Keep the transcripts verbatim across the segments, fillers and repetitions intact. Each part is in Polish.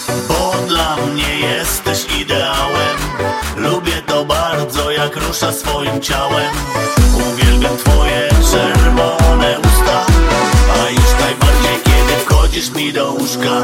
Bo dla mnie jesteś ideałem. Lubię to bardzo, jak rusza swoim ciałem. Uwielbiam twoje czerwone usta, a już najbardziej kiedy wchodzisz mi do łóżka.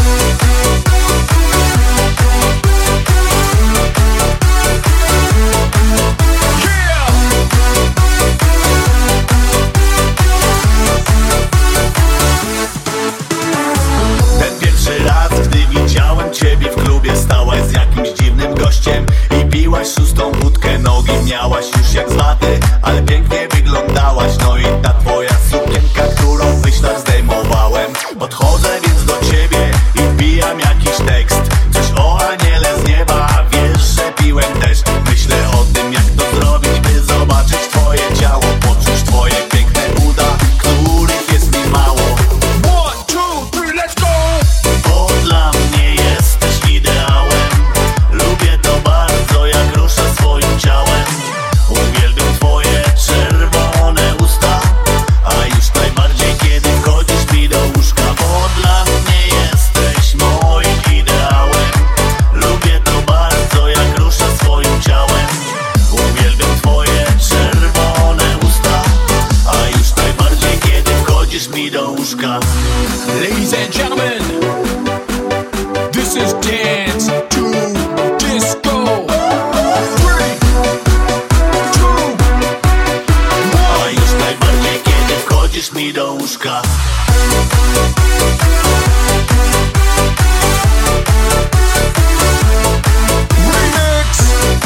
Ten pierwszy raz, gdy widziałem ciebie w klubie, stałaś z jakimś dziwnym gościem i piłaś szóstą wódkę. Nogi miałaś już jak z waty, ale pięknie wyglądałaś. No i ta twoja sukienka, którą wyślach zdejmowałem. Podchodzę więc do ciebie i wbijam jakiś tekst, coś o aniele z nieba. Wiesz, że piłem też. Myślę o tym, jak to zrobić, by zobaczyć twoje ciało, poczuć twoje piękne uda, których jest mi mało. One, two, three, let's go! Bo dla mnie jesteś ideałem. Lubię to bardzo, jak rusza swoim ciałem. Uwielbiam twoje czerwone usta, a już najbardziej kiedy wchodzisz mi do łóżka. Bo dla mnie jesteś moim ideałem. Lubię to bardzo, jak rusza swoim ciałem. Uwielbiam twoje czerwone usta, a już najbardziej kiedy wchodzisz mi do łóżka. Ladies and gentlemen, this is Dance to Disco. Three, two, A już najbardziej kiedy wchodzisz mi do łóżka. remix.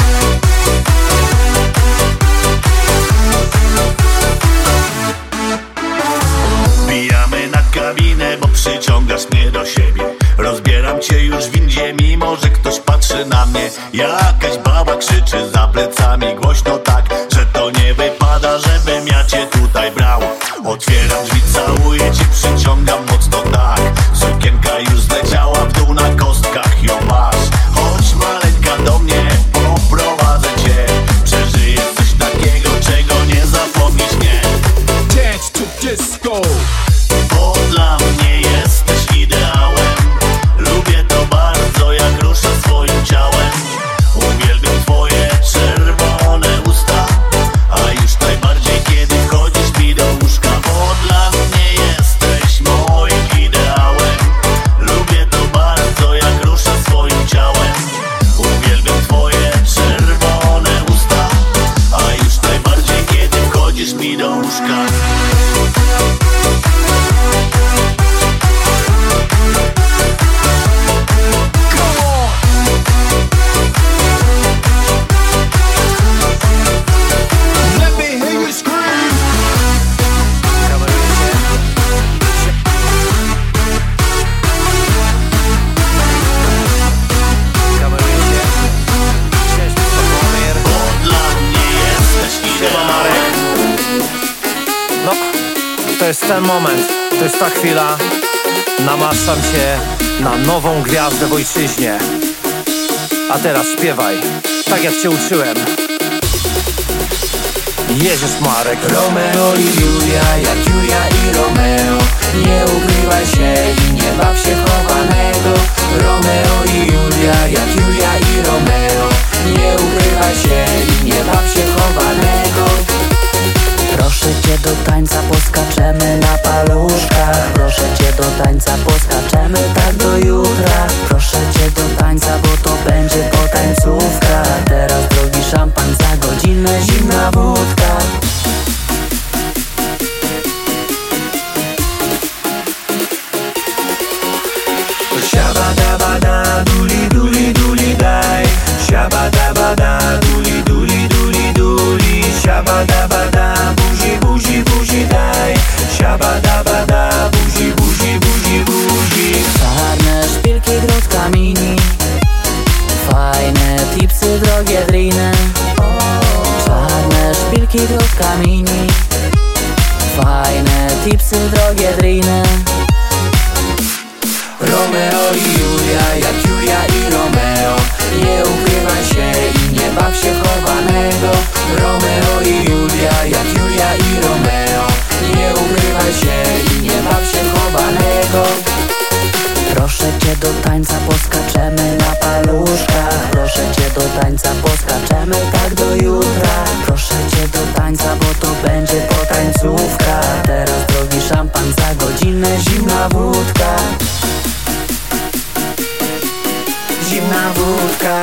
Wbijamy na kabinę, bo przyciągasz mnie do siebie. Rozbieram cię już w windzie, mimo że ktoś patrzy na mnie. Jakaś baba krzyczy za plecami głośno tak, że to nie wypada, żebym ja cię tutaj brał. Otwieram drzwi, całuję cię, przyciągam mocno tak. Sukienka już zleciała w dół, na kostkach ją masz. Chodź maleńka do mnie, poprowadzę cię. Przeżyjesz coś takiego, czego nie zapomnisz, nie. Dance to Disco. Bo dla mnie jesteś ideałem. Lubię to bardzo, jak rusza swoim ciałem. Uwielbiam twoje czerwone usta, a już najbardziej kiedy wchodzisz mi do łóżka. Bo dla mnie jesteś moim ideałem. Lubię to bardzo, jak rusza swoim ciałem. Uwielbiam twoje czerwone usta, a już najbardziej kiedy wchodzisz mi do łóżka. Come on. Let me hear you scream. Bo dla mnie jesteś ideałem. No, to jest ten moment, to jest ta chwila. Namaszczam cię na nową gwiazdę w ojczyźnie. A teraz śpiewaj, tak jak cię uczyłem. Jedziesz, Marek. Romeo i Julia, jak Julia i Romeo. Nie ukrywaj się i nie baw się chowanego. Romeo i Julia, jak Julia i Romeo. Nie ukrywaj się i nie baw się chowanego. Proszę cię do tańca, poskaczemy na paluszkach. Proszę cię do tańca, poskaczemy tak do jutra. Proszę cię do tańca, bo to będzie potańcówka. Teraz drogi szampan, za godzinę zimna wódka. Siabadabada, duli duli duli daj. Siabadabada, duli duli duli duli. Siabadabada, buzi buzi buzi daj. Siabadabada, buzi buzi buzi buzi. Czarne szpilki, drotka mini. Fajne tipsy, drogie driny. Czarne szpilki, drotka mini. Fajne tipsy, drogie driny. Romeo i Julia, jak Julia i Romeo. Nie ukrywaj się i nie baw się chowanego. Romeo i Julia, jak Julia i Romeo. Nie ukrywaj się i nie baw się chowanego. Proszę cię do do tańca, poskaczemy na paluszkach. Proszę cię do tańca, poskaczemy tak do jutra. Proszę cię do tańca, bo to będzie potańcówka. Teraz drogi szampan za godzinę, zimna wódka. Zimna wódka.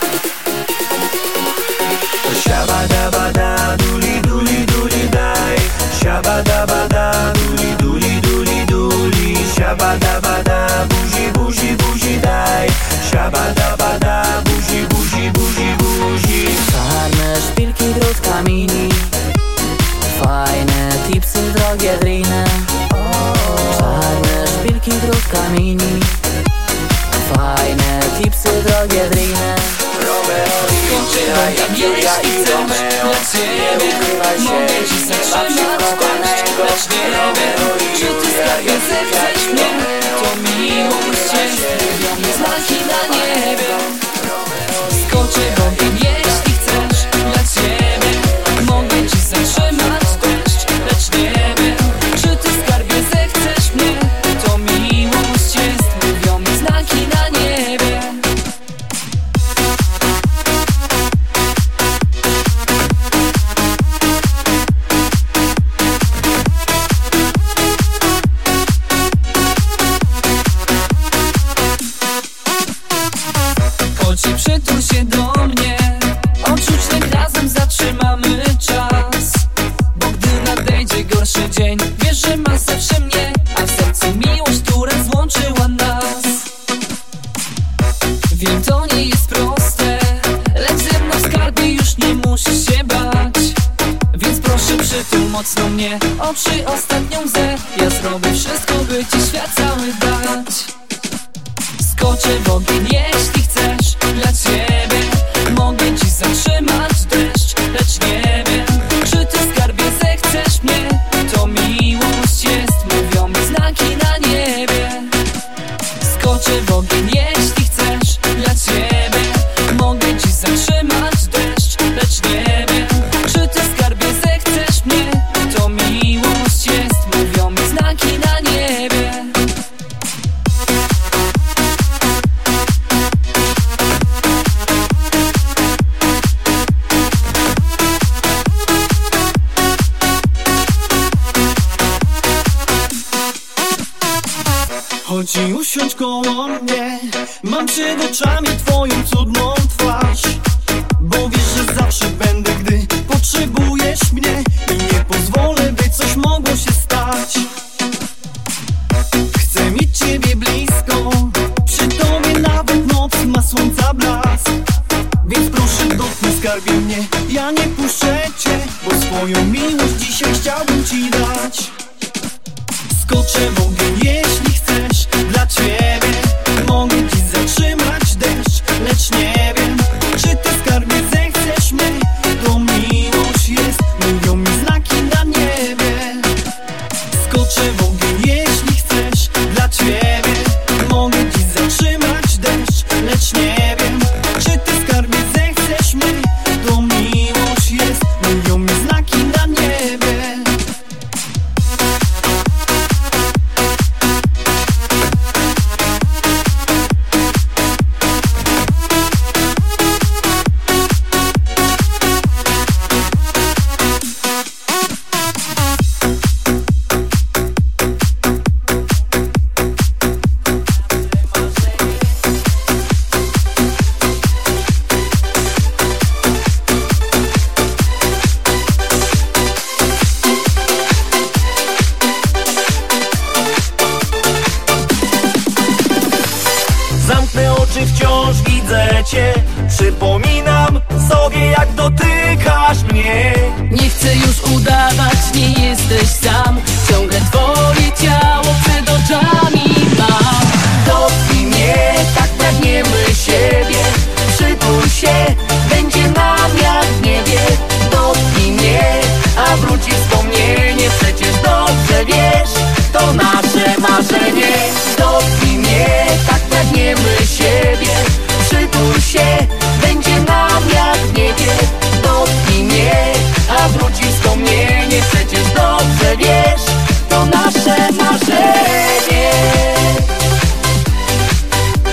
Siabadabada, duli duli duli daj. Siabadabada, duli duli duli duli. Siabadabada, buzi buzi buzi daj. Siabadabada, buzi buzi buzi buzi. Czarne szpilki, drut, mini. Fajne tipsy, drogie driny. Czarne szpilki, drut, mini. Fajne tipsy, drogie driny. Romeo i Julia, jak Julia i Romeo. Nie ukrywaj się, nie baw się kochanego. Romeo i Julia, jak Julia i Romeo. To miłość jest, lubią znaki na niebie. Skoczę w ogień, jeśli chcesz, dla ciebie. Mogę ci zatrzymać deszcz, lecz nie wiem, czy ty, skarbie, zechcesz mnie. To miłość jest, mówią mi znaki na niebie. Chodź i przytul się do mnie, odczuć tak razem zatrzymamy czas. Bo gdy nadejdzie gorszy dzień, wiesz, że masz zawsze mnie, a w sercu miłość, która złączyła nas. Wiem, to nie jest proste, lecz ze mną, skarbie, już nie musisz się bać. Więc proszę, przytul mocno mnie, oprzyj ostatnią łzę. Ja zrobię wszystko, by ci świat cały dać. Skoczę w ogień, jeśli chcesz, dla ciebie. Mogę ci zatrzymać deszcz, lecz nie wiem, czy ty, skarbie, zechcesz mnie. To miłość jest, mówią mi znaki na niebie. Skoczę w ogień, jeśli chcesz, dla ciebie. Mogę ci zatrzymać deszcz, lecz nie wiem, czy ty, skarbie, zechcesz mnie. To miłość jest, mówią mi znaki na niebie. Chodź i usiądź koło mnie. Mam przed oczami twoją cudną twarz. Bo wiesz, że zawsze będę, gdy potrzebujesz mnie. I nie pozwolę, by coś mogło się stać. Chcę mieć ciebie blisko, przy tobie nawet noc ma słońca blask. Więc proszę dotknij, skarbie, mnie, ja nie puszczę cię. Bo swoją miłość dzisiaj chciałbym ci dać. Skoczę w ogień, jeśli chcesz, dla ciebie. Mogę ci zatrzymać deszcz, lecz nie wiem, czy ty, skarbie, zechcesz mnie. To miłość jest, mówią mi znaki na niebie. Skoczę w ogień, jeśli chcesz, dla ciebie. Mogę ci zatrzymać deszcz, lecz nie wiem, czy ty, skarbie, zechcesz mnie. To miłość jest, mówią mi znaki na niebie. Zamknę oczy, wciąż widzę cię. Przypominam sobie, jak dotykasz mnie. Nie chcę już udawać, nie jesteś sam. Ciągle twoje ciało przed oczami mam. Dotknij mnie, tak pragniemy siebie. Przytul się, będzie nam jak w niebie. Dotknij mnie, a wróci wspomnienie. Przecież dobrze wiesz, to nasze marzenie. Dotknij mnie, tak pragniemy siebie. Przytul się, będzie nam jak w niebie. Dotknij mnie, a wróci wspomnienie. Przecież dobrze wiesz, to nasze marzenie.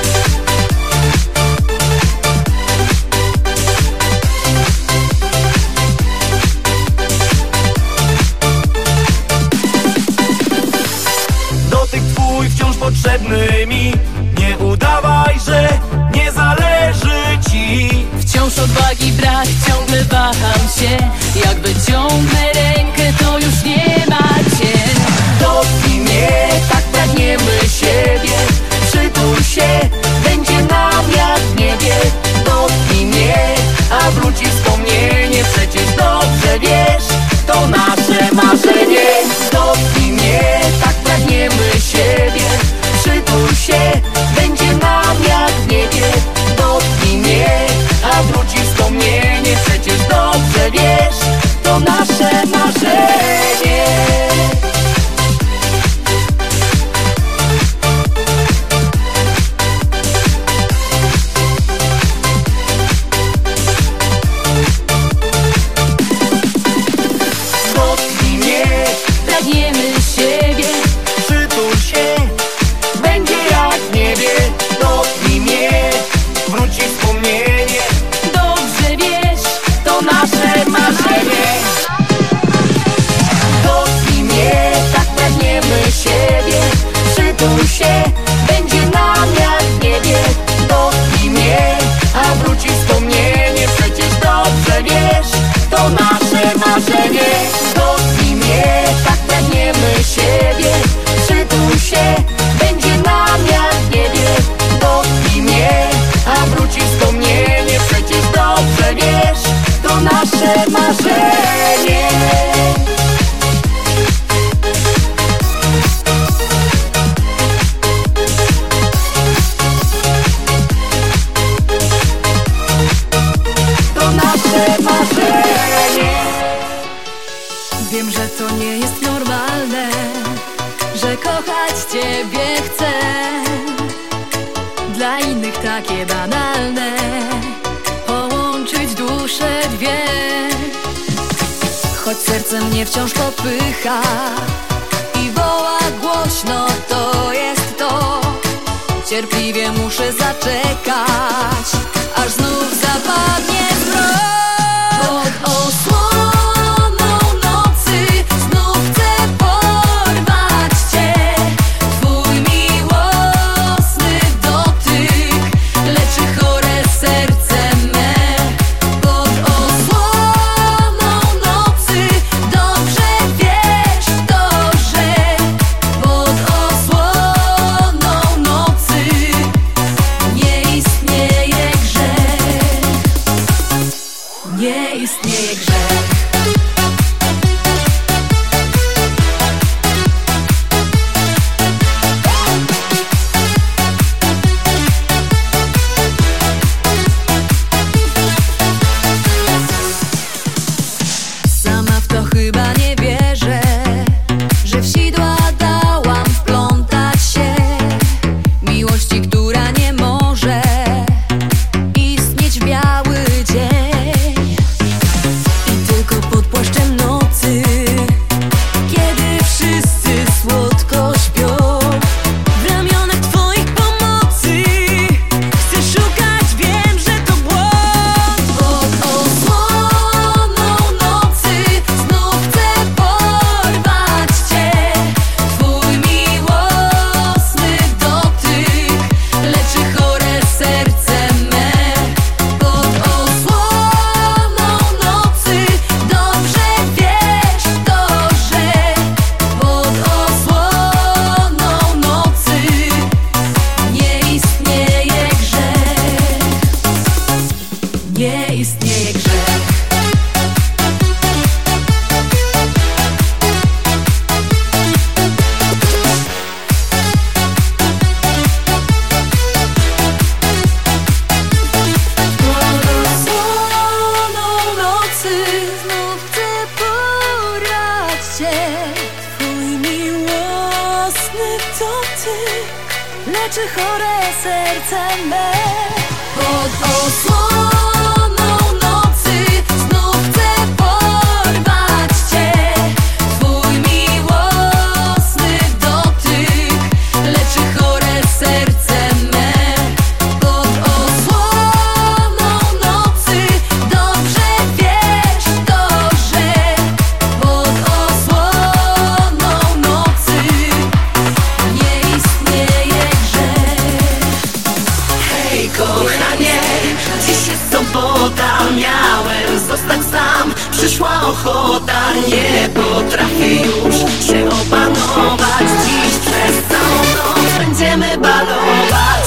potrzebny mi. Nie udawaj, że nie zależy ci. Wciąż odwagi brak, ciągle waham się. Jak wyciągnę rękę, to już nie macie. Dotknij mnie, tak pragniemy siebie. Przytul się, będzie nam jak w niebie. Dotknij mnie, a wróci wspomnienie. Przecież dobrze wiesz, to nasze marzenie. Dotknij mnie, tak pragniemy siebie. Przytul się, będzie nam jak w niebie. Dotknij mnie, a wróci wspomnienie. Przecież dobrze wiesz, to nasze marzenie. Dotknij mnie, Pragniemy siebie. przytul się, będzie jak w niebie. Dotknij mnie, wróci wspomnienie. Dobrze wiesz, To nasze marzenie. Dotknij mnie, tak pragniemy siebie. Przytul się, będzie nam jak w niebie. Dotknij mnie, a wróci wspomnienie. Przecież dobrze wiesz, to nasze marzenie. Dotknij mnie, tak pragniemy siebie. Przytul się, będzie nam jak w niebie. Dotknij mnie, a wróci wspomnienie. Przecież dobrze wiesz, to nasze marzenie. To nasze marzenie. wiem, że to nie jest normalne, że kochać ciebie chcę. Dla innych takie banalne, połączyć dusze dwie. Choć serce mnie wciąż popycha i woła głośno, to jest to. Cierpliwie muszę zaczekać, aż znów zapadnie zmrok. Pod osłoną nocy znów chcę porwać cię. Twój miłosny dotyk leczy chore serce me. Pod osłoną nocy dobrze wiesz to, że pod osłoną nocy nie istnieje grzech. Nie istnieje grzech. Sama w to chyba nie wierzę, że w sidła dałam wplątać się miłości, która nie może istnieć w biały dzień. I tylko pod płaszczem nocy, kiedy wszyscy słodko śpią, w ramionach twoich pomocy chcę szukać, wiem, że to błąd. Pod osłoną nocy znów chcę porwać cię. Twój miłosny dotyk leczy chore serce me. Pod osłoną nocy dobrze wiesz to, że pod osłoną nocy nie istnieje grzech. Nie istnieje grzech. Pod osłoną nocy znów chcę porwać cię. Twój miłosny dotyk leczy chore serce me. Pod osłoną nocy znów chcę porwać cię. Twój miłosny dotyk leczy chore serce me. Pod osłoną nocy dobrze wiesz to, że pod osłoną nocy nie istnieje ochota, nie potrafię już się opanować. Dziś przez całą noc będziemy balować.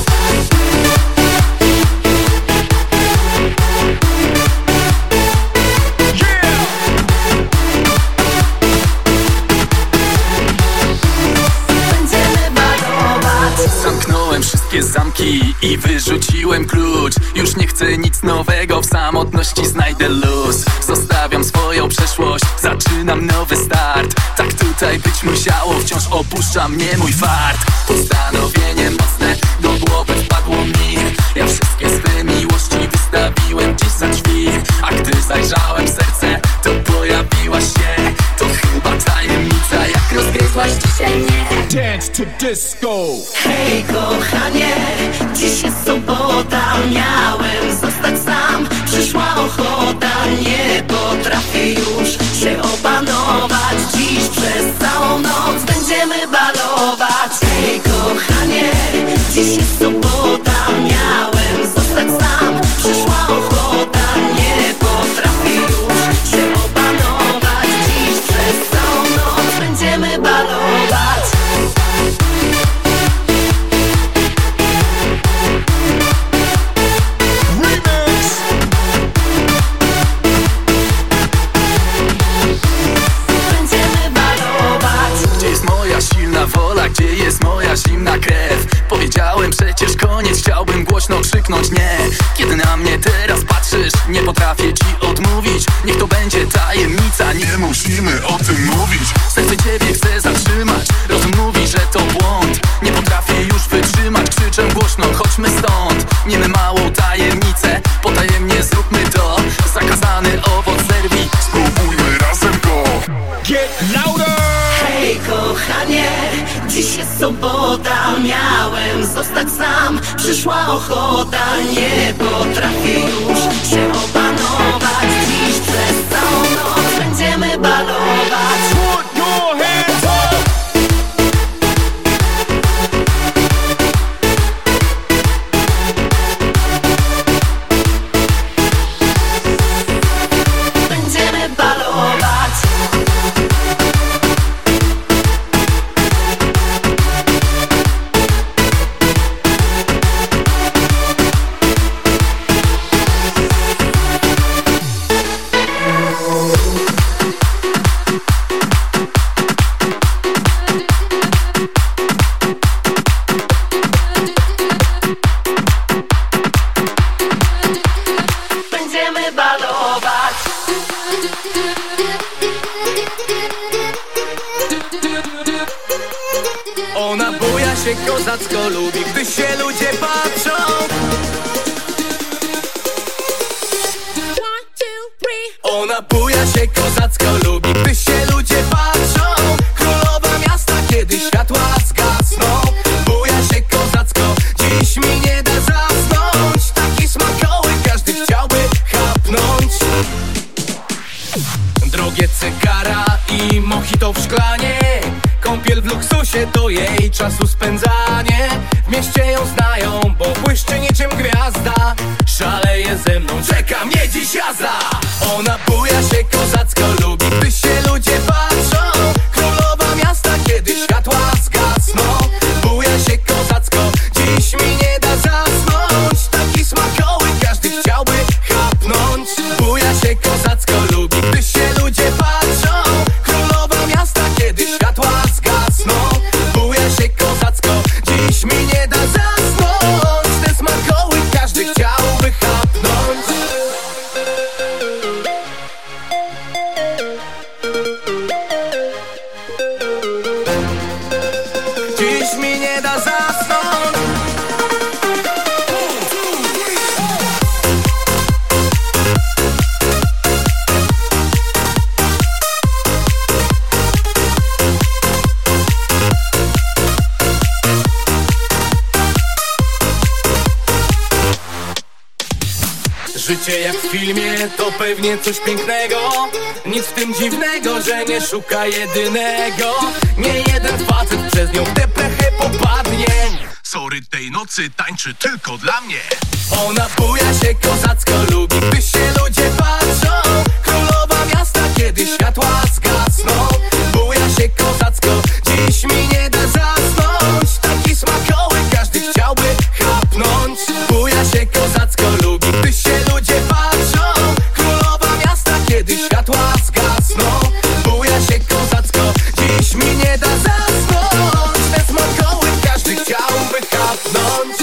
Zamknąłem wszystkie zamki i wyrzuciłem klucz. Już nie chcę nic nowego, w samotności znajdę luz. Zostawiam swoją przeszłość, zaczynam nowy start. Tak tutaj być musiało, wciąż opuszcza mnie mój fart. Postanowienie mocne do głowy wpadło mi. Ja wszystkie swe miłości wystawiłem dziś za drzwi. A gdy zajrzałem w serce, to pojawiłaś się. To chyba tajemnica, jak rozgryzłaś dzisiaj mnie. Dance to disco. Hej kochanie, dziś jest sobota. Miałem zostać sam, przyszła ochota. Nie potrafię już się opanować. Dziś przez całą noc będziemy balować. Hej kochanie, dziś jest sobota. Miałem zostać sam, przyszła ochota. Nie potrafię już się opanować. Dziś przez całą noc będziemy balować. Gdzie jest moja zimna krew? Powiedziałem przecież koniec, chciałbym głośno krzyknąć nie. Kiedy na mnie teraz patrzysz, nie potrafię ci odmówić. Niech to będzie tajemnica, nie musimy o tym mówić. Serce ciebie chce zatrzymać, rozum mówi, że to błąd. Nie potrafię już wytrzymać, krzyczę głośno, chodźmy stąd. Miejmy małą tajemnicę, potajemnie zróbmy to. Zakazany owoc zerwij, spróbujmy razem go. Get louder! Hej kochanie, dziś jest sobota. Miałem zostać sam, przyszła ochota. Nie potrafię już się opanować. Dziś przez całą noc będziemy balować. Put your hands up! Będziemy balować. Będziemy balować. Ona buja się kozacko, lubi, gdy się ludzie patrzą. Ona buja się kozacko, lubi, gdy się ludzie patrzą. Królowa miasta, kiedy światła zgasną. Buja się kozacko, dziś mi nie da zasnąć. Taki smakoły każdy chciałby chapnąć. Drogie cygara i mojito w szklanie. Kąpiel w luksusie to jej czasu spędzanie. W mieście ją znają, bo błyszczy niczym gwiazda. Szaleje ze mną, czeka mnie dziś jazda. Ona buja się kozacko, lubi, gdy się ludzie patrzą. Królowa miasta, kiedy światła zgasną. Buja się kozacko, dziś mi nie da zasnąć. Taki smakoły każdy chciałby chapnąć. Buja się kozacko, lubi, gdy się ludzie patrzą. Królowa miasta, kiedy światła zgasną. Buja się kozacko, dziś mi nie da zasnąć. Te smakoły każdy chciałby chapnąć. Dziś mi nie da zasnąć. Życie jak w filmie, to pewnie coś pięknego. Nic w tym dziwnego, że nie szuka jedynego. Nie jeden facet przez nią w tę plechę popadnie. Sorry, tej nocy tańczy tylko dla mnie. Ona buja się kozacko, lubi, gdy się ludzie patrzą. Królowa miasta, kiedy światła zgasną. Buja się kozacko, dziś mi nie da zasnąć. Taki smakołyk każdy chciałby chapnąć. Buja się kozacko, lubi, gdy się ludzie patrzą. Królowa miasta, kiedy światła zgasną. Buja się kozacko, dziś mi nie da zasnąć. Ten smakołyk każdy chciałby chapnąć.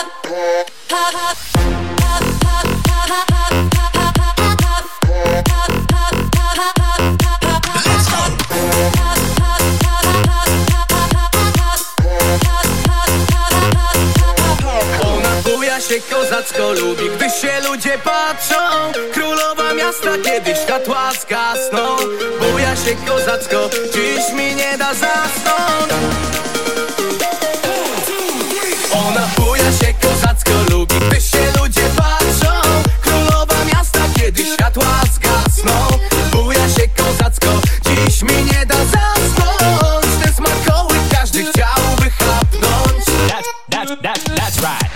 Się kozacko, lubi, gdy się ludzie patrzą. Królowa miasta, kiedy światła zgasną. Buja się kozacko, dziś mi nie da zasnąć. Ona buja się kozacko, lubi, gdy się ludzie patrzą. Królowa miasta, kiedy światła zgasną. Buja się kozacko, dziś mi nie da zasnąć. Ten smakołyk każdy chciałby chapnąć. That's, that's, that's, that's right.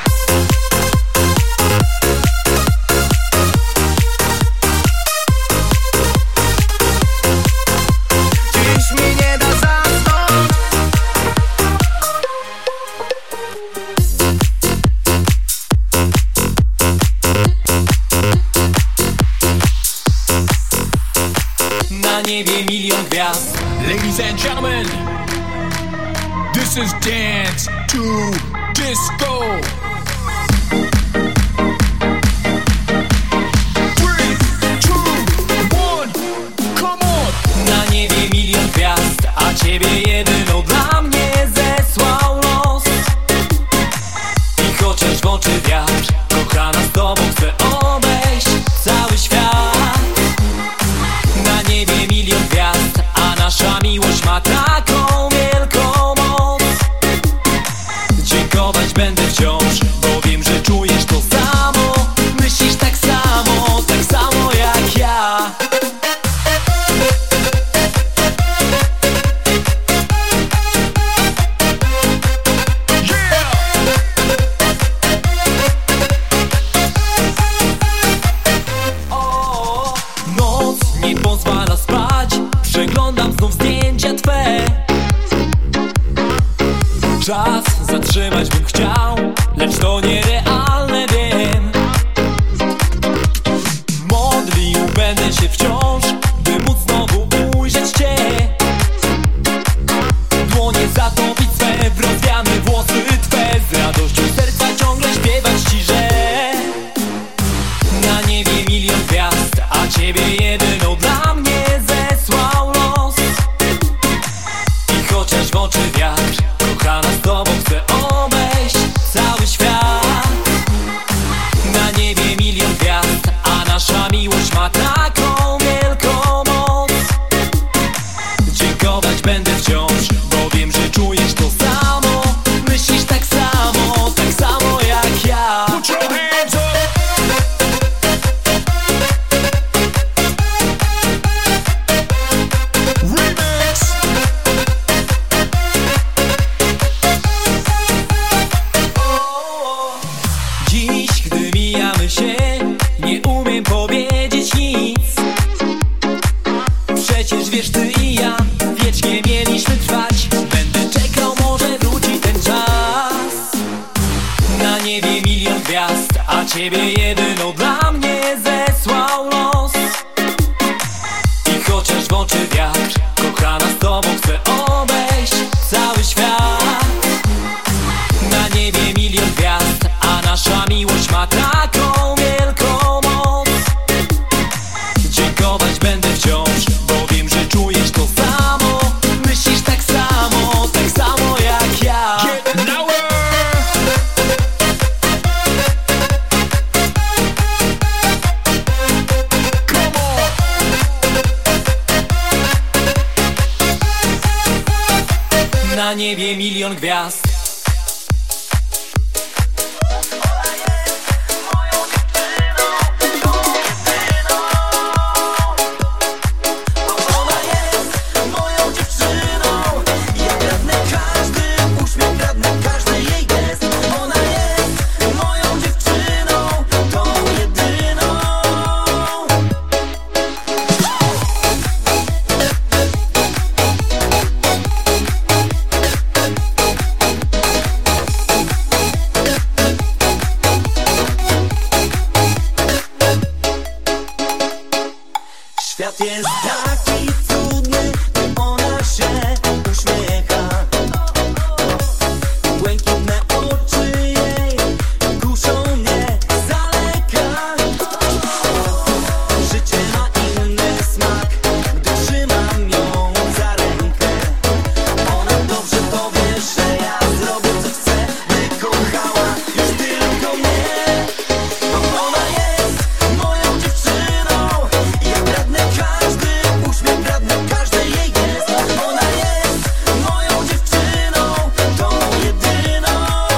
Ladies and gentlemen, this is Dance to Disco. Three, two, one, come on. Na niebie milion gwiazd, a ciebie jedyną dla mnie zesłał los. I chociaż w oczy wiatr, kochana z tobą chcę obejść cały świat. Na niebie milion gwiazd, a nasza miłość ma taką wielką moc. Dziękować będę wciąż, bo wiem, że czujesz to samo. Myślisz tak samo, tak samo jak ja. Noc nie pozwala spać, przeglądam znów zdjęcia twe. Czas zatrzymać bym chciał, lecz to nierealne, wiem. Modlił będę się wciąż, by móc znowu ujrzeć cię. Dłonie zatopić swe w rozwiane włosy twe. Z radością serca ciągle śpiewać ci, że na niebie milion gwiazd, a ciebie jedyną dla mnie zesłał los. I chociaż w oczy wiatr, kochana z tobą chcę obejść cały świat. Na niebie milion gwiazd, a nasza miłość ma taką wielką moc. Dziękować będę wciąż, bo wiem, że czujesz to samo. Myślisz tak samo, tak samo jak ja. Put your hands up. Remix. Dziś, gdy mijamy się, nie umiem powiedzieć nic. Przecież wiesz, ty i ja wiecznie mieliśmy trwać. Będę czekał, może wróci ten czas. Na niebie milion gwiazd, a ciebie jedyną dla mnie zesłał los. I chociaż w oczy wiatr, kochana z tobą chcę obejść cały świat. Na niebie milion gwiazd, a nasza miłość ma taką wielką moc. Dziękować będę wciąż, bo wiem, że czujesz to samo. Myślisz tak samo, tak samo jak ja. Get louder. Come on. Na niebie milion gwiazd. Świat jest taki cudny, gdy ona się uśmiecha. Błękitne oczy jej kuszą mnie z daleka. Życie ma inny smak, gdy trzymam ją za rękę. Ona dobrze powie, że ja zrobię co chcę, by kochała już tylko mnie. Bo ona jest moją dziewczyną, ja kradnę każdy uśmiech, kradnę każdy jej gest. Ona jest moją dziewczyną, tą jedyną.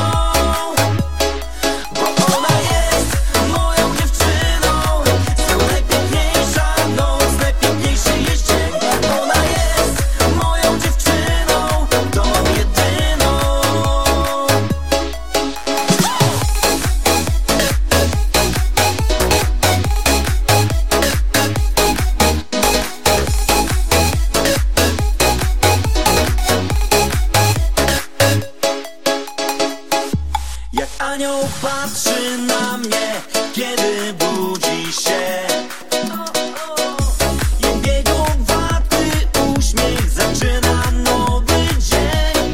Bo ona jest moją dziewczyną, są najpiękniejsza noc, najpiękniejszy jest dzień. Ona jest moją dziewczyną, tą jedyną. Jak anioł patrzy na mnie, kiedy budzi się. Jak biegowaty uśmiech zaczyna nowy dzień.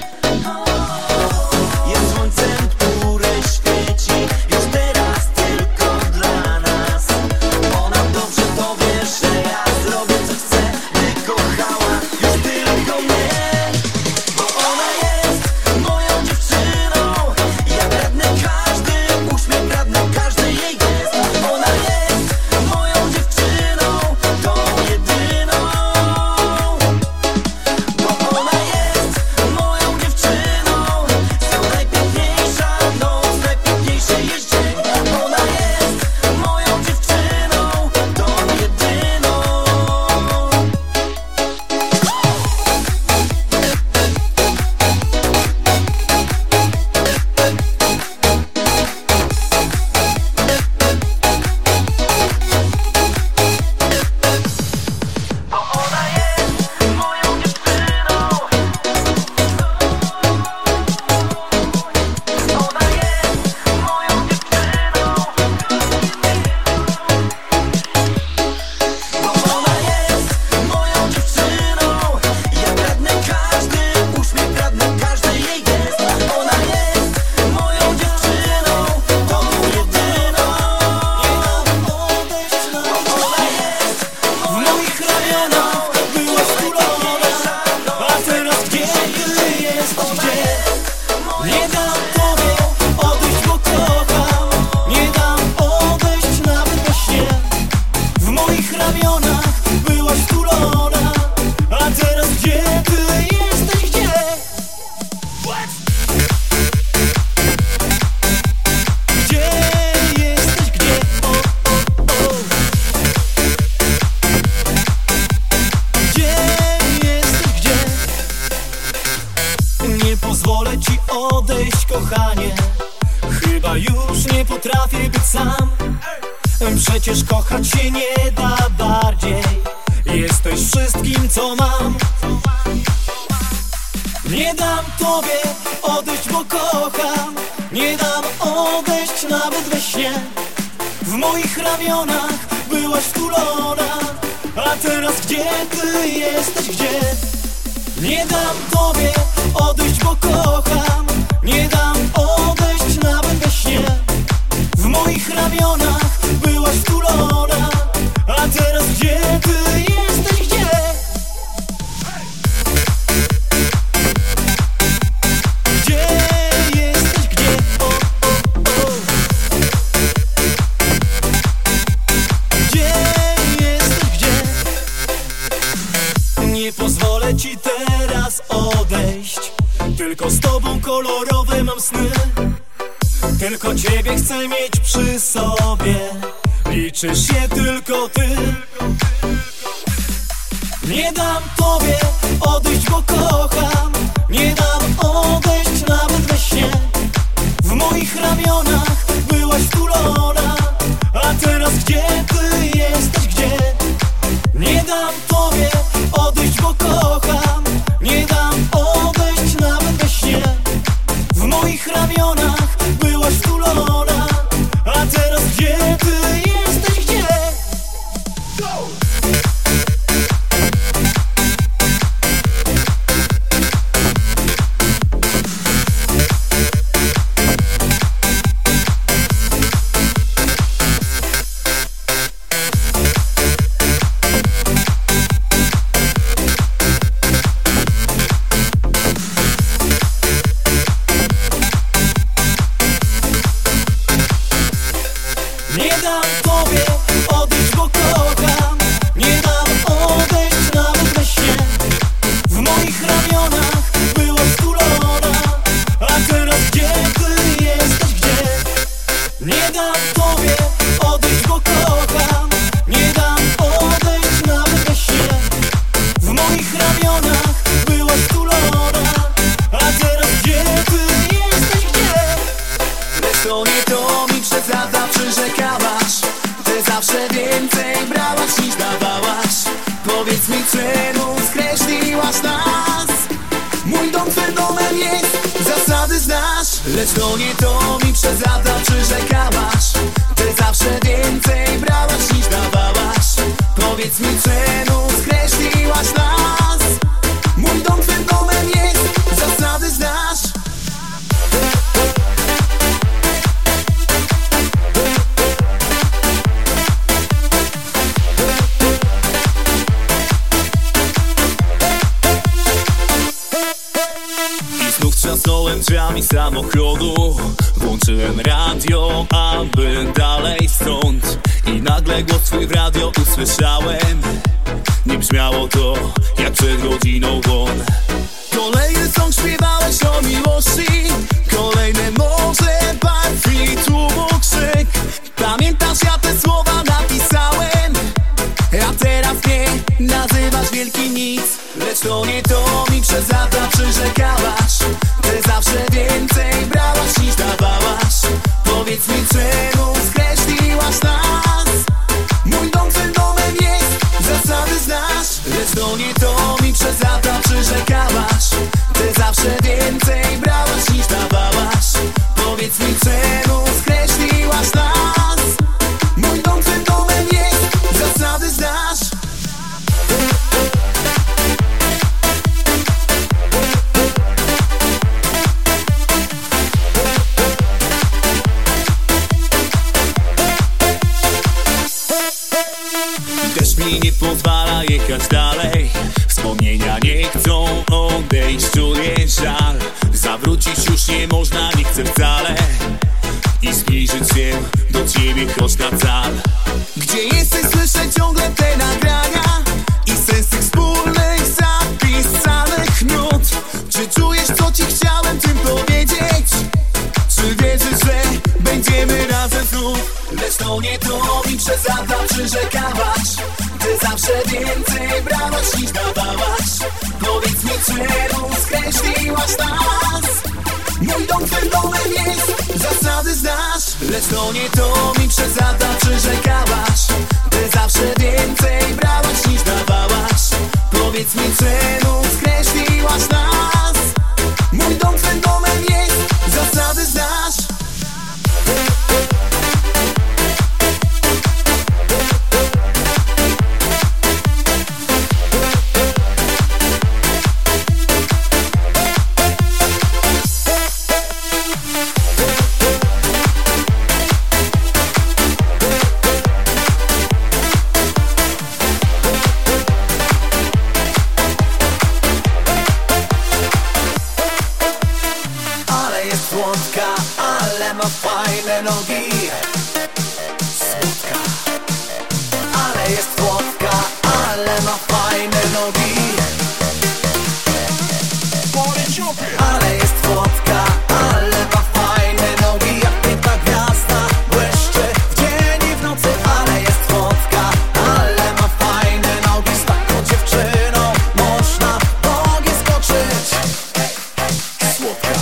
Jest słońcem, które świeci już teraz tylko dla nas. Ona dobrze powie, że ja zrobię co chcę, by kochała już tylko mnie. Bo ona jest moją dziewczyną, ja kradnę każdy uśmiech, kradnę każdy jej gest. Ona jest moją dziewczyną, tą jedyną. Bo ona jest moją dziewczyną, są najpiękniejsza noc, najpiękniejszy jest dzień. Ona jest moją dziewczyną, tą jedyną. Bo ona jest moją dziewczyną. Ona jest moją dziewczyną. Bo ona jest moją dziewczyną, ja kradnę każdy uśmiech, kradnę każdy jej gest. Ona jest moją dziewczyną, tą jedyną. Ona jest w moich ramionach, byłaś wtulona, a teraz gdzie ty jesteś, gdzie? Nie dam tobie odejść, bo kocham. Nie dam odejść nawet we śnie. W moich ramionach byłaś wtulona, a teraz gdzie ty jesteś, gdzie? Gdzie jesteś, gdzie? O, o, o. Gdzie jesteś, gdzie? Nie pozwolę ci odejść, kochanie. Chyba już nie potrafię być sam. Przecież kochać się nie da bardziej. Jesteś wszystkim, co mam. Nie dam tobie odejść, bo kocham. Nie dam odejść nawet we śnie. W moich ramionach byłaś wtulona, a teraz gdzie ty jesteś, gdzie? Nie dam tobie odejść, bo kocham. Nie dam odejść nawet we śnie. W moich ramionach byłaś wtulona, a teraz gdzie ty jesteś, gdzie? Gdzie jesteś, gdzie? O, o, o. Gdzie jesteś, gdzie? Nie pozwolę ci teraz odejść. Tylko z tobą kolorowe mam sny. Tylko ciebie chcę mieć przy sobie. Liczysz się tylko ty. Nie dam tobie odejść, bo kocham. Nie dam odejść nawet we śnie. W moich ramionach byłaś wtulona, a teraz gdzie ty jesteś, gdzie? Nie dam tobie odejść, bo kocham. Nie dam odejść nawet we śnie. W moich ramionach byłaś wtulona, a teraz gdzie ty jesteś, gdzie? Go! Nie dam tobie odejść, bo kocham. Nie dam odejść nawet we śnie. W moich ramionach byłaś stulona, a teraz gdzie ty jesteś, gdzie? Nie dam tobie odejść, bo kocham. Nie dam odejść nawet we śnie. W moich ramionach byłaś stulona, a teraz gdzie ty jesteś, gdzie? Lecz to nie to mi przez lata przyrzekałaś. Ty zawsze więcej brałaś niż dawałaś. Powiedz mi, czemu skreśliłaś nas? Mój dom twym domem jest, zasady znasz. Lecz to nie to mi przez lata przyrzekałaś. Ty zawsze więcej brałaś niż dawałaś. Powiedz mi, czemu skreśliłaś nas? Mój dom twym domem jest, zasady znasz. I znów trzasnąłem drzwiami samochodu. Włączyłem radio, aby dalej stąd. I nagle głos twój w radio usłyszałem. Nie brzmiało to jak przed godziną won. Kolejny song śpiewałeś o miłości. Kolejne morze barw i tłumu krzyk. Pamiętasz, ja te słowa napisałem, a teraz nie nazywasz wielki nic. Lecz to nie to mi przez lata przyrzekałaś. Ty zawsze więcej brałaś niż dawałaś. Powiedz mi, czemu skreśliłaś nas? Mój dom twym domem jest, zasady znasz. Lecz to nie to mi przez lata przyrzekałaś. Ty zawsze więcej brałaś niż dawałaś. Powiedz mi, czemu skreśliłaś nas? Mój dom twym domem jest, zasady znasz. Deszcz mi nie pozwala jechać dalej. Wspomnienia nie chcą odejść, czuję żal. Zawrócić już nie można, nie chcę wcale. I zbliżyć się do ciebie choć na cal. Gdzie jesteś, słyszę ciągle te nagrania i sens tych wspólnych zapisanych nut. Czy czujesz, co ci chciałem tym powiedzieć? Czy wierzysz, że będziemy razem znów? Lecz to nie to mi przez lata przyrzekałaś. Ty zawsze więcej brałaś niż dawałaś. Powiedz mi, czemu skreśliłaś nas? Mój dom twym domem jest, zasady znasz. Lecz to nie to mi przez lata przyrzekałaś. Ty zawsze więcej brałaś niż dawałaś. Powiedz mi, czemu skreśliłaś nas? Mój dom twym domem jest, zasady znasz. Słodka, ale ma fajne nogi. Słodka, ale jest słodka, ale ma fajne nogi. Ale jest słodka, ale ma fajne nogi. Jak piękna gwiazda błyszczy w dzień i w nocy. Ale jest słodka, ale ma fajne nogi. Z taką dziewczyną można w nogi skoczyć. Słodka.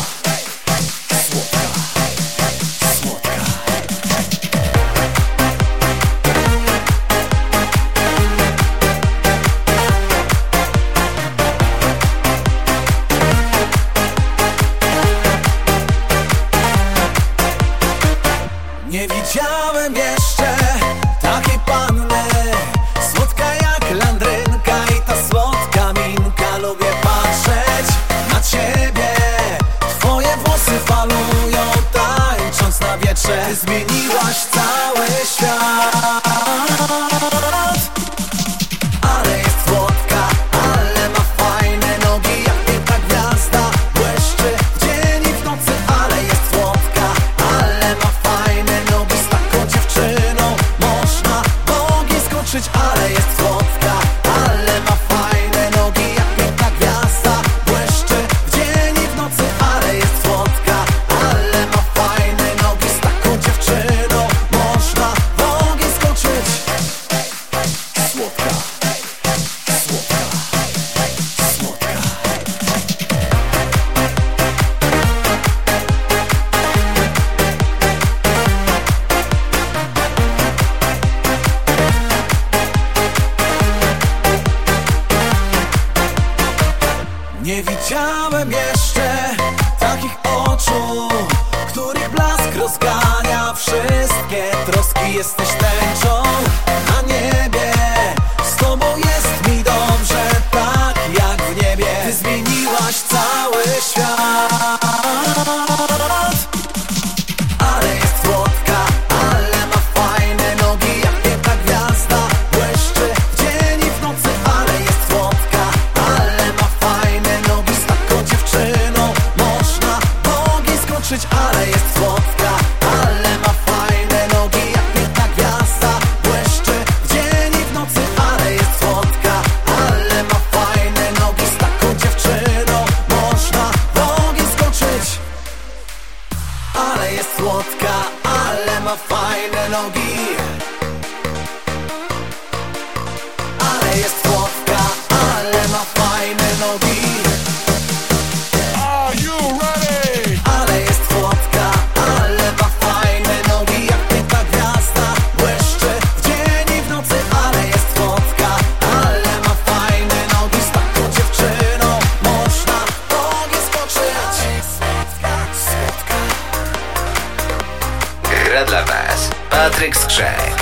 Nie widziałem jeszcze takiej panny. Słodka jak landrynka i ta słodka minka. Lubię patrzeć na ciebie. Twoje włosy falują, tańcząc na wietrze. Ty zmieniłaś cały świat. Ale jest słodka, ale ma fajne nogi. Jak piękna gwiazda błyszczy w dzień i w nocy. Ale jest słodka, ale ma fajne nogi. Z taką dziewczyną rozgania wszystkie troski. Jesteś tęczą na niebie, z tobą jest mi dobrze, tak jak w niebie. Ty zmieniłaś cały świat. Ale jest słodka, ale ma fajne nogi, jak piękna gwiazda, błyszczy w dzień i w nocy. Ale jest słodka, ale ma fajne nogi, z taką dziewczyną można nogi skoczyć. Ale jest słodka, ale ma fajne nogi, jak piękna gwiazda, błyszczy w dzień i w nocy. Ale jest słodka, ale ma fajne nogi, z taką dziewczyną można nogi skoczyć. Ale jest słodka, ale ma fajne nogi. Ale jest słodka, ale ma fajne nogi. Are you ready? Ale jest słodka, ale ma fajne nogi, jak piękna gwiazda, błyszczy w dzień i w nocy. Ale jest słodka, ale ma fajne nogi, z taką dziewczyną można nogi skoczyć. Słodka, słodka. Gra dla was Patryk Skrzek.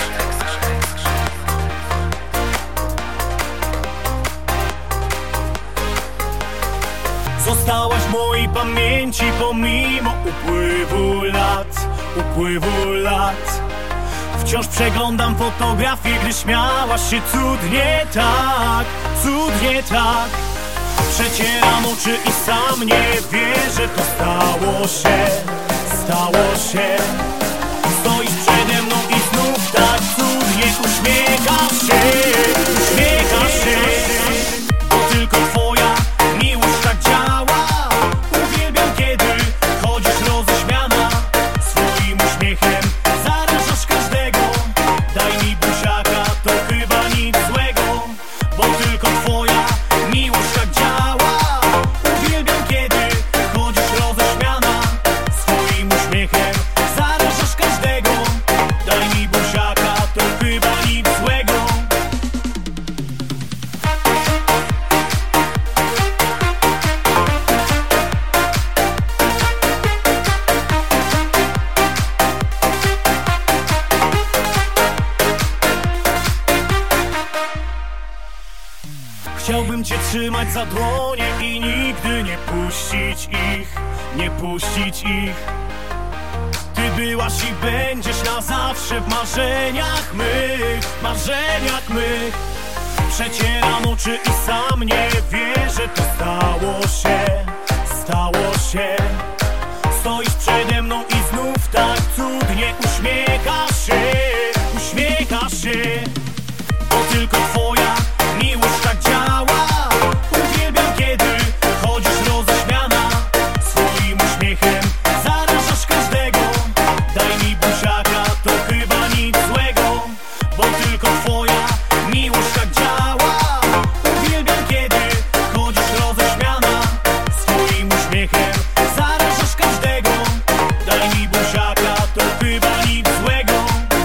Zostałaś w mojej pamięci pomimo upływu lat, upływu lat. Wciąż przeglądam fotografie, gdy śmiałaś się cudnie tak, cudnie tak. Przecieram oczy i sam nie wierzę, to stało się, stało się. Stoisz przede mną i znów tak cudnie uśmiechasz się, uśmiechasz się. Bo tylko twoja miłość tak działa. Uwielbiam, kiedy chodzisz roześmiana, swoim uśmiechem zarażasz każdego. Daj mi buziaka, to chyba nic złego. Bo tylko twoja miłość tak działa. Uwielbiam, kiedy chodzisz roześmiana, swoim uśmiechem zarażasz każdego. Daj mi buziaka, to chyba nic złego. Chciałbym cię trzymać za dłonie i nigdy nie puścić ich, nie puścić ich. Ty byłaś i będziesz na zawsze w marzeniach mych, marzeniach mych. Przecieram oczy i sam nie wierzę, to stało się, stało się. Stoisz przede mną i znów tak cudnie uśmiechasz się, uśmiechasz się. Bo tylko twoja miłość tak działa. Uwielbiam, kiedy chodzisz roześmiana, swoim uśmiechem zarażasz każdego. Daj mi buziaka, to chyba nic złego. Bo tylko twoja miłość tak działa. Uwielbiam, kiedy chodzisz roześmiana, swoim uśmiechem zarażasz każdego. Daj mi buziaka, to chyba nic złego.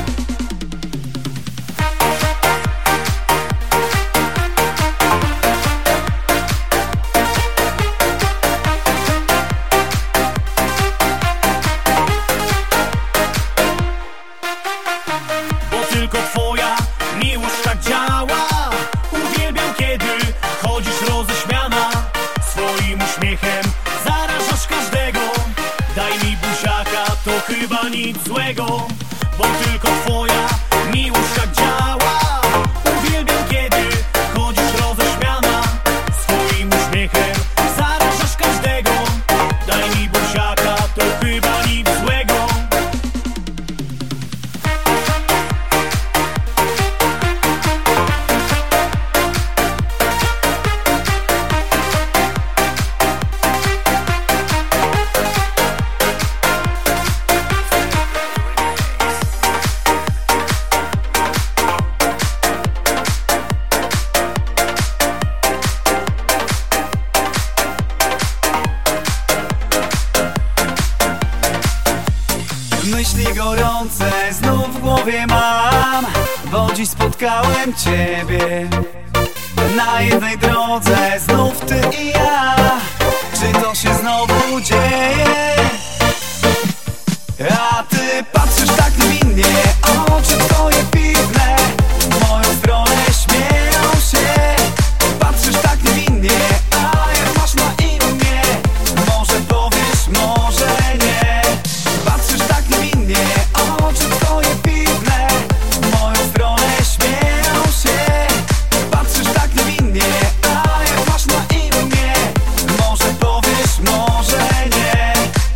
Bo tylko twoja miłość tak działa. Uwielbiam, kiedy chodzisz roześmiana, swoim uśmiechem zarażasz każdego. Daj mi buziaka, to chyba nic złego. Bo tylko twoja miłość tak działa. Uwielbiam, kiedy chodzisz roześmiana, swoim uśmiechem zarażasz każdego. Daj mi buziaka, to chyba nic złego. Myśli gorące znów w głowie mam, bo dziś spotkałem ciebie na jednej drodze, znów ty i ja. Czy to się znowu dzieje? A ty ty patrzysz tak niewinnie, oczy twoje piwne w moją stronę śmieją się. Patrzysz tak niewinnie, a jak masz na imię, może powiesz, może nie. Patrzysz tak niewinnie, oczy twoje piwne w moją stronę śmieją się. Patrzysz tak niewinnie, a jak masz na imię, może powiesz, może nie.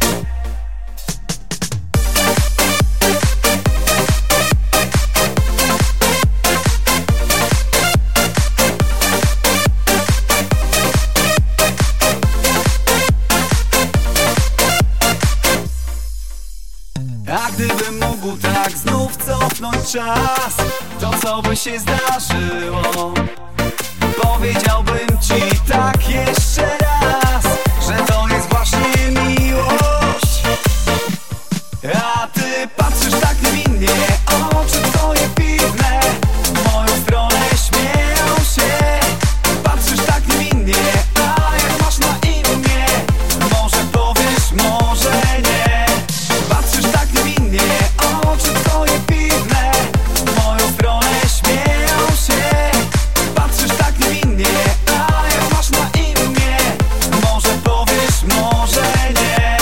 A gdybym mógł tak znów cofnąć czas, to co by się zdarzyło? Powiedziałbym ci tak jeszcze raz, że to jest właśnie miłość. A ty patrzysz tak niewinnie, oczy twoje piwne w moją stronę śmieją się. Patrzysz tak niewinnie, a jak masz na imię, może powiesz, może nie. Patrzysz tak niewinnie, oczy twoje piwne w moją stronę śmieją się. Patrzysz tak niewinnie, a jak masz na imię, może powiesz, może nie.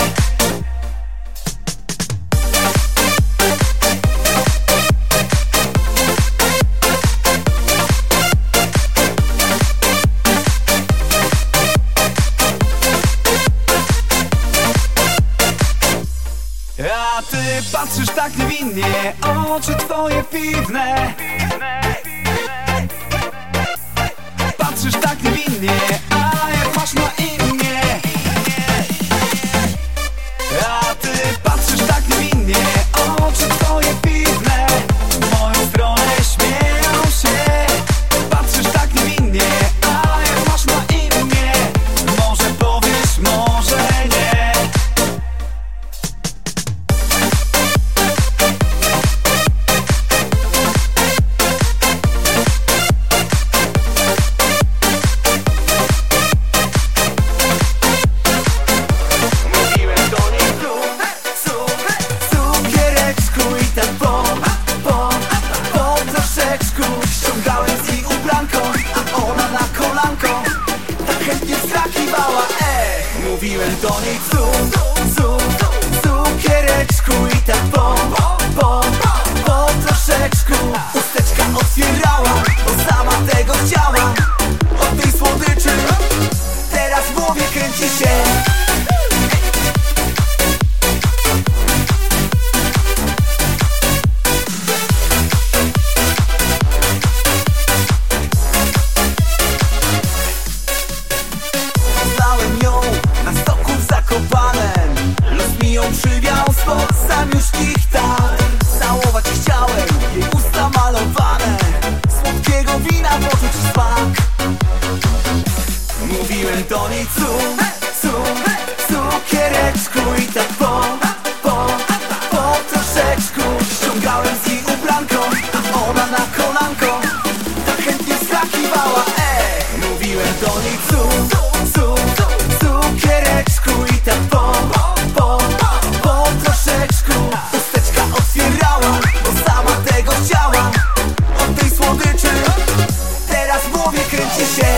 A ty patrzysz tak niewinnie, oczy twoje piwne. Patrzysz tak niewinnie, a jak masz na imię. A ty patrzysz tak niewinnie, oczy twoje piwne w moją stronę śmieją się. Patrzysz tak niewinnie, a jak masz na imię, może powiesz, może nie. Mówiłem do niej tu, tu, cukiereczku i tak po, po, po troszeczku. Ściągałem z jej ubranką, a ona na kolanko tak chętnie wskakiwała, ej. Mówiłem do niej tu, tu, cukiereczku i tak po, po, po troszeczku. Usteczka otwierała, bo sama tego chciała. Od tej słodyczy teraz w głowie kręci się. Poznałem ją na stoku w Zakopanem. Los mi ją przywiał spod samiuszkich tam. Całować chciałem jej usta malowane, słodkiego wina poczuć smak. Mówiłem do niej cu, cu, cukiereczku i tak po, po, po troszeczku. Ściągałem z jej ubranką, a ona na kolanko tak chętnie wskakiwała, ej. Mówiłem do niej cu, cu, cukiereczku i tak po, po, po troszeczku. Usteczka otwierała, bo sama tego chciała. Od tej słodyczy teraz w głowie kręci się.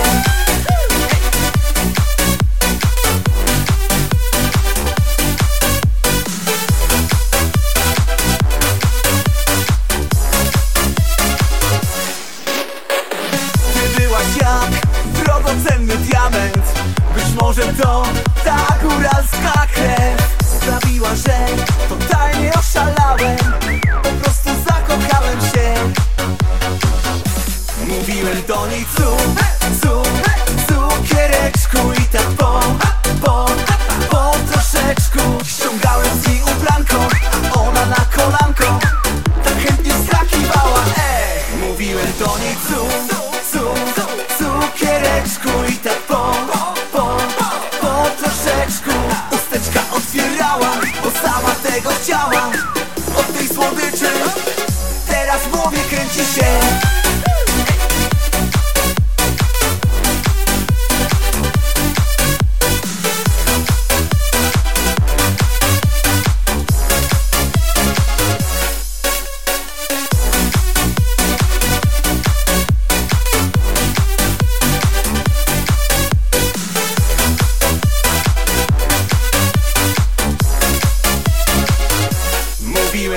Ty byłaś jak drogocenny diament. Być może to ta góralska krew sprawiła, że totalnie oszalałem. Po prostu zakochałem się. Mówiłem do niej cu, cu, cukiereczku i tak po, po, po troszeczku. Ściągałem z jej ubranką, a ona na kolanko tak chętnie wskakiwała, ej. Mówiłem do niej cu, cu, cukiereczku i tak po, po, po troszeczku. Usteczka otwierała, bo sama tego chciała. Od tej słodyczy teraz w głowie kręci się.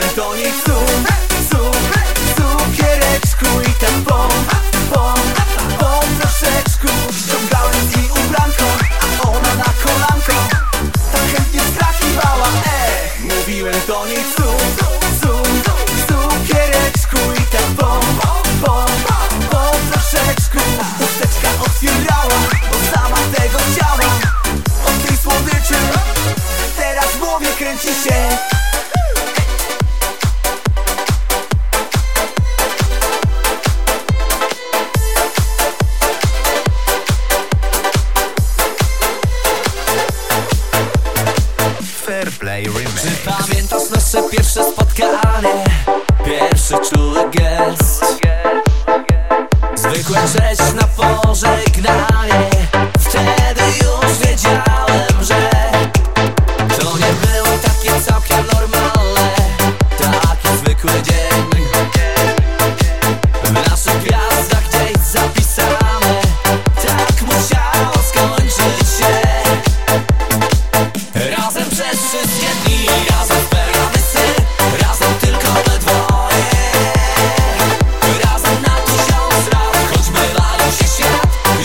do niej cuk, cuk, cukiereczku i tak pom, pom, pom troszeczku. Ściągałem z jej ubranko, a ona na kolanko tak chętnie strakiwała, ej. Mówiłem do niej cuk, cuk, cukiereczku i tak pom, pom, pom troszeczku. Chusteczka otwierała, bo sama tego chciała. Od tej słodyczy teraz w głowie kręci się. Czy pamiętasz nasze pierwsze spotkanie? Pierwszy czuły gest, zwykłe cześć na pożegnanie. Wtedy już wiedziałem, że to nie było takie całkiem normalne. Taki zwykły dzień w naszych gwiazdach gdzieś zapisane. Tak musiało skończyć się. Razem przez wszystkie dni, razem spełniamy sen, razem tylko we dwoje. Razem na tysiąc lat, choć mywają się świat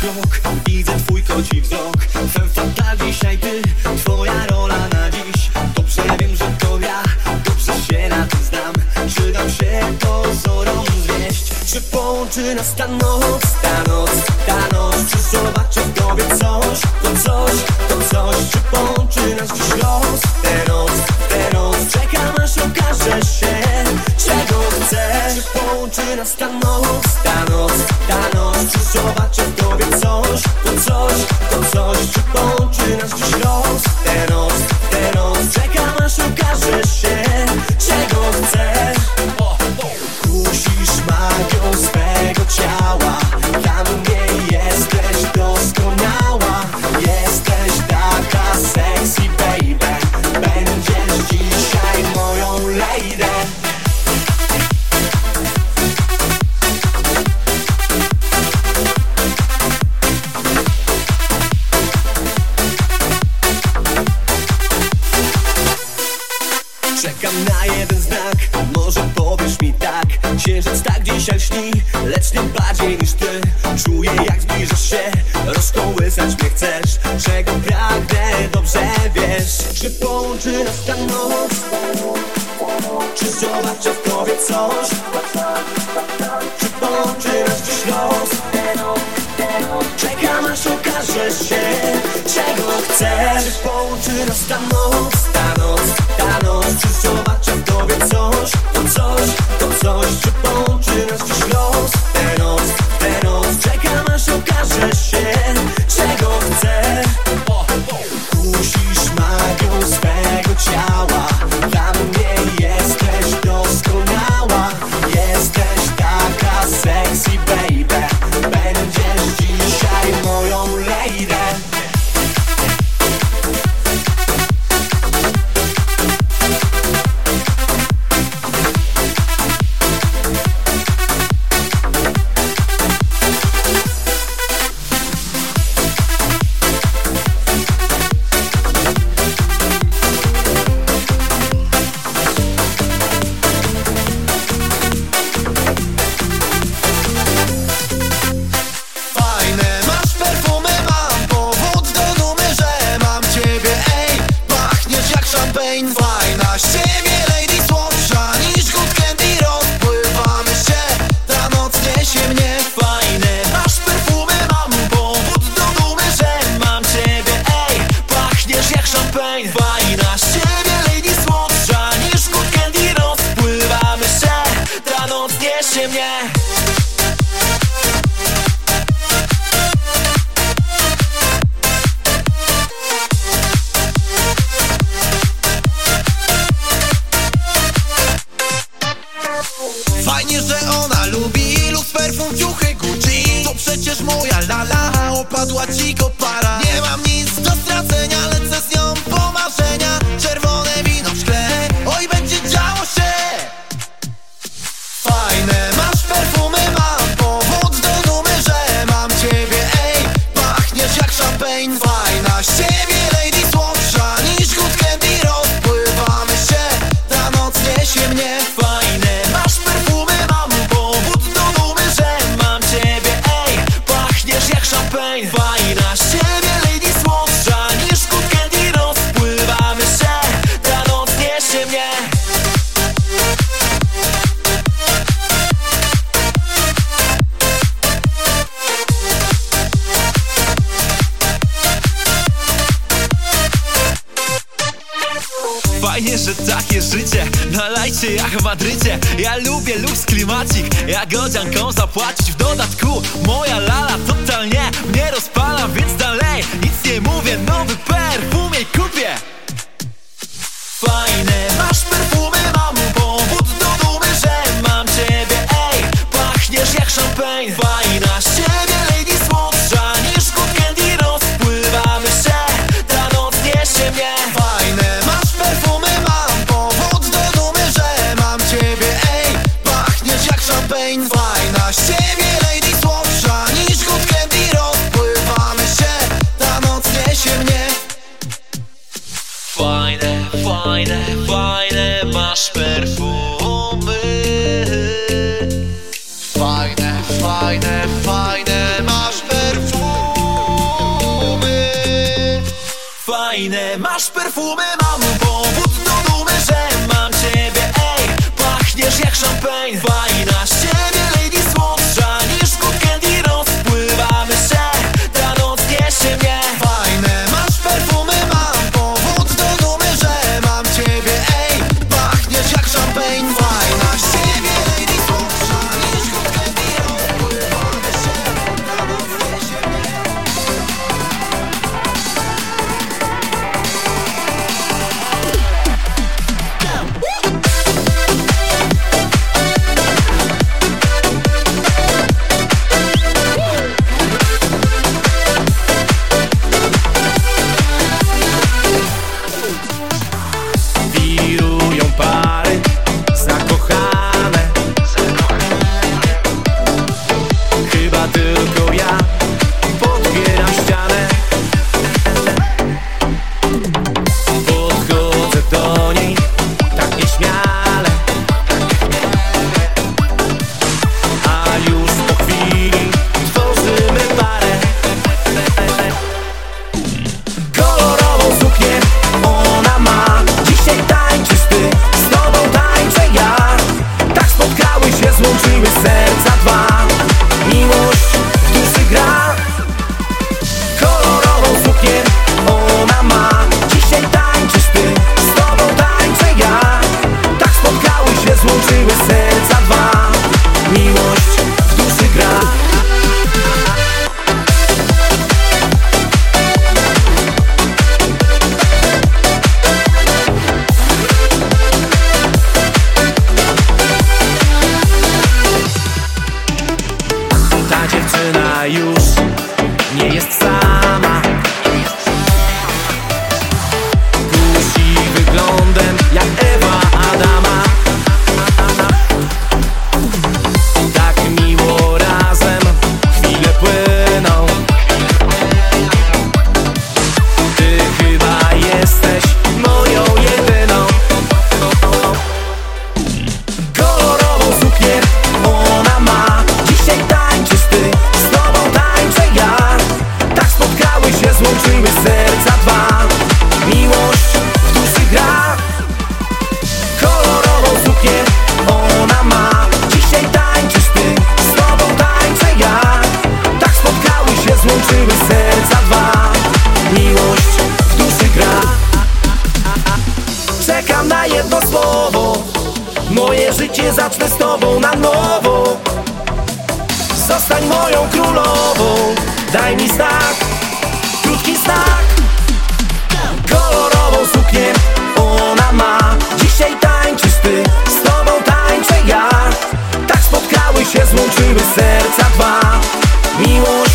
krok, widzę twój koci wzrok. Femme fatale dzisiaj ty, twoja rola na dziś. Dobrze wiem, że to ja, dobrze się na tym znam. Czy dam się pozorom zwieść? Czy połączy nas ta noc, ta noc, ta noc? Czy zobaczę w tobie coś, to coś, to coś? Czy połączy nas dziś los, tę noc, tę noc? Czekam aż okaże się, czego chcesz. Czy połączy nas ta noc, ta noc, ta noc? Czy zobaczę w tobie coś, to coś, to coś? Czy połączy nas dziś los, tę noc, tę noc? Czekam aż okaże się, czego chcesz. Kusisz magią swego ciała, dla mnie jesteś doskonała. Jesteś taka sexy baby, będziesz dzisiaj moją lady. Czekam na jeden znak, może powiesz mi tak. Księżyc tak dzisiaj śni, lecz nie bardziej niż ty. Czuję jak zbliżasz się, rozkołysać mnie chcesz. Czego pragnę, dobrze wiesz. Czy połączy nas ta noc? Czy zobaczę w tobie coś? Czy połączy nas dziś los? Czekam aż okaże się, czego chcesz. Czy połączy nas ta noc, ta noc, ta noc? Czy zobaczę w tobie coś, to coś, to coś? Czy połączy nas dziś los, tę noc, tę noc? Czekam aż okaże się, czego chcesz. Kusisz magią swego ciała, dla mnie jesteś doskonała. Jesteś taka sexy baby, będziesz dzisiaj moją lady. Fajna z ciebie lady, słodsza niż good candy. Rozpływamy się, ta noc niesie mnie. Fajne masz perfumy, mam powód do dumy, że mam ciebie, ej, pachniesz jak szampań. Fajna z ciebie lady, słodsza niż good candy. Rozpływamy się, ta noc niesie mnie. Fajnie, że ona lubi lux, perfum, ciuchy, Gucci. To przecież moja lala, opadła ci kopara. Nie mam nic do stracenia, lecę z nią po marzenia. Czerwone wino w szkle, oj będzie działo się. Fajne masz perfumy, mam powód do dumy, że mam ciebie, ej, pachniesz jak szampań. Fajna z ciebie lady, słodsza niż good candy. Rozpływamy się, ta noc niesie mnie. Fajne masz perfumy, mam powód do dumy, że mam ciebie, ej, pachniesz jak szampań. Fajna z ciebie lady, słodsza niż good candy. Rozpływamy się, ta noc niesie mnie. Fajnie, że takie życie, nalajcie jak w Madrycie. Ja lubię luks, klimacik, jagodzianką zapłacić. W dodatku moja lala totalnie mnie rozpala, więc dalej nic nie mówię, nowy perfum jej kupię. Fajne masz perfumy, mam powód do dumy, że mam ciebie, ej, pachniesz jak szampań. Fajna z ciebie lady, słodsza niż good candy. Rozpływamy się, ta noc niesie mnie. Fajne masz perfumy, mam powód do dumy, że mam ciebie, ej, pachniesz jak szampań. Fajna z ciebie lady, słodsza niż good candy. Rozpływamy się, ta noc niesie mnie. Fajne, fajne, fajne masz perfumy. Fajne, fajne, fajne masz perfumy. Fajne masz perfumy, mam powód do dumy, że mam ciebie, ej. Pachniesz jak szampań, fajna z ciebie lady, słodsza niż good candy. Rozpływamy się, ta noc niesie mnie. Fajne masz perfumy, mam powód do dumy, że mam ciebie, ej. Pachniesz jak szampań, fajna z ciebie lady, słodsza niż good candy. Rozpływamy się, ta noc niesie mnie. Wirują pary zakochane, chyba tylko ja podbieram ścianę. Podchodzę do niej tak nieśmiale, a już po chwili tworzymy parę. Kolorową suknię ona ma, dzisiaj tańczysz ty, z tobą tańczę ja. Tak spotkały się, złączyły serca dwa, miłość w duszy gra. Kolorową suknię ona ma, dzisiaj tańczysz ty, z tobą tańczę ja. Tak spotkały się, złączyły serca dwa, miłość w duszy gra. Ta dziewczyna już nie jest sama, kusi wyglądem jak Ewa Adama. Tak miło razem chwile płyną, ty chyba jesteś moją jedyną. Kolorową suknię ona ma, dzisiaj tańczysz ty, z tobą tańczę ja. Tak spotkały się, złączyły serca dwa, miłość w duszy gra. Kolorową suknię ona ma, dzisiaj tańczysz ty, z tobą tańczę ja. Tak spotkały się, złączyły serca dwa, miłość w duszy gra. Czekam na jedno słowo, moje życie zacznę z tobą na nowo. Zostań moją królową, daj mi znak, krótki znak. Kolorową suknię ona ma, dzisiaj tańczysz ty, z tobą tańczę ja. Tak spotkały się, złączyły serca dwa, miłość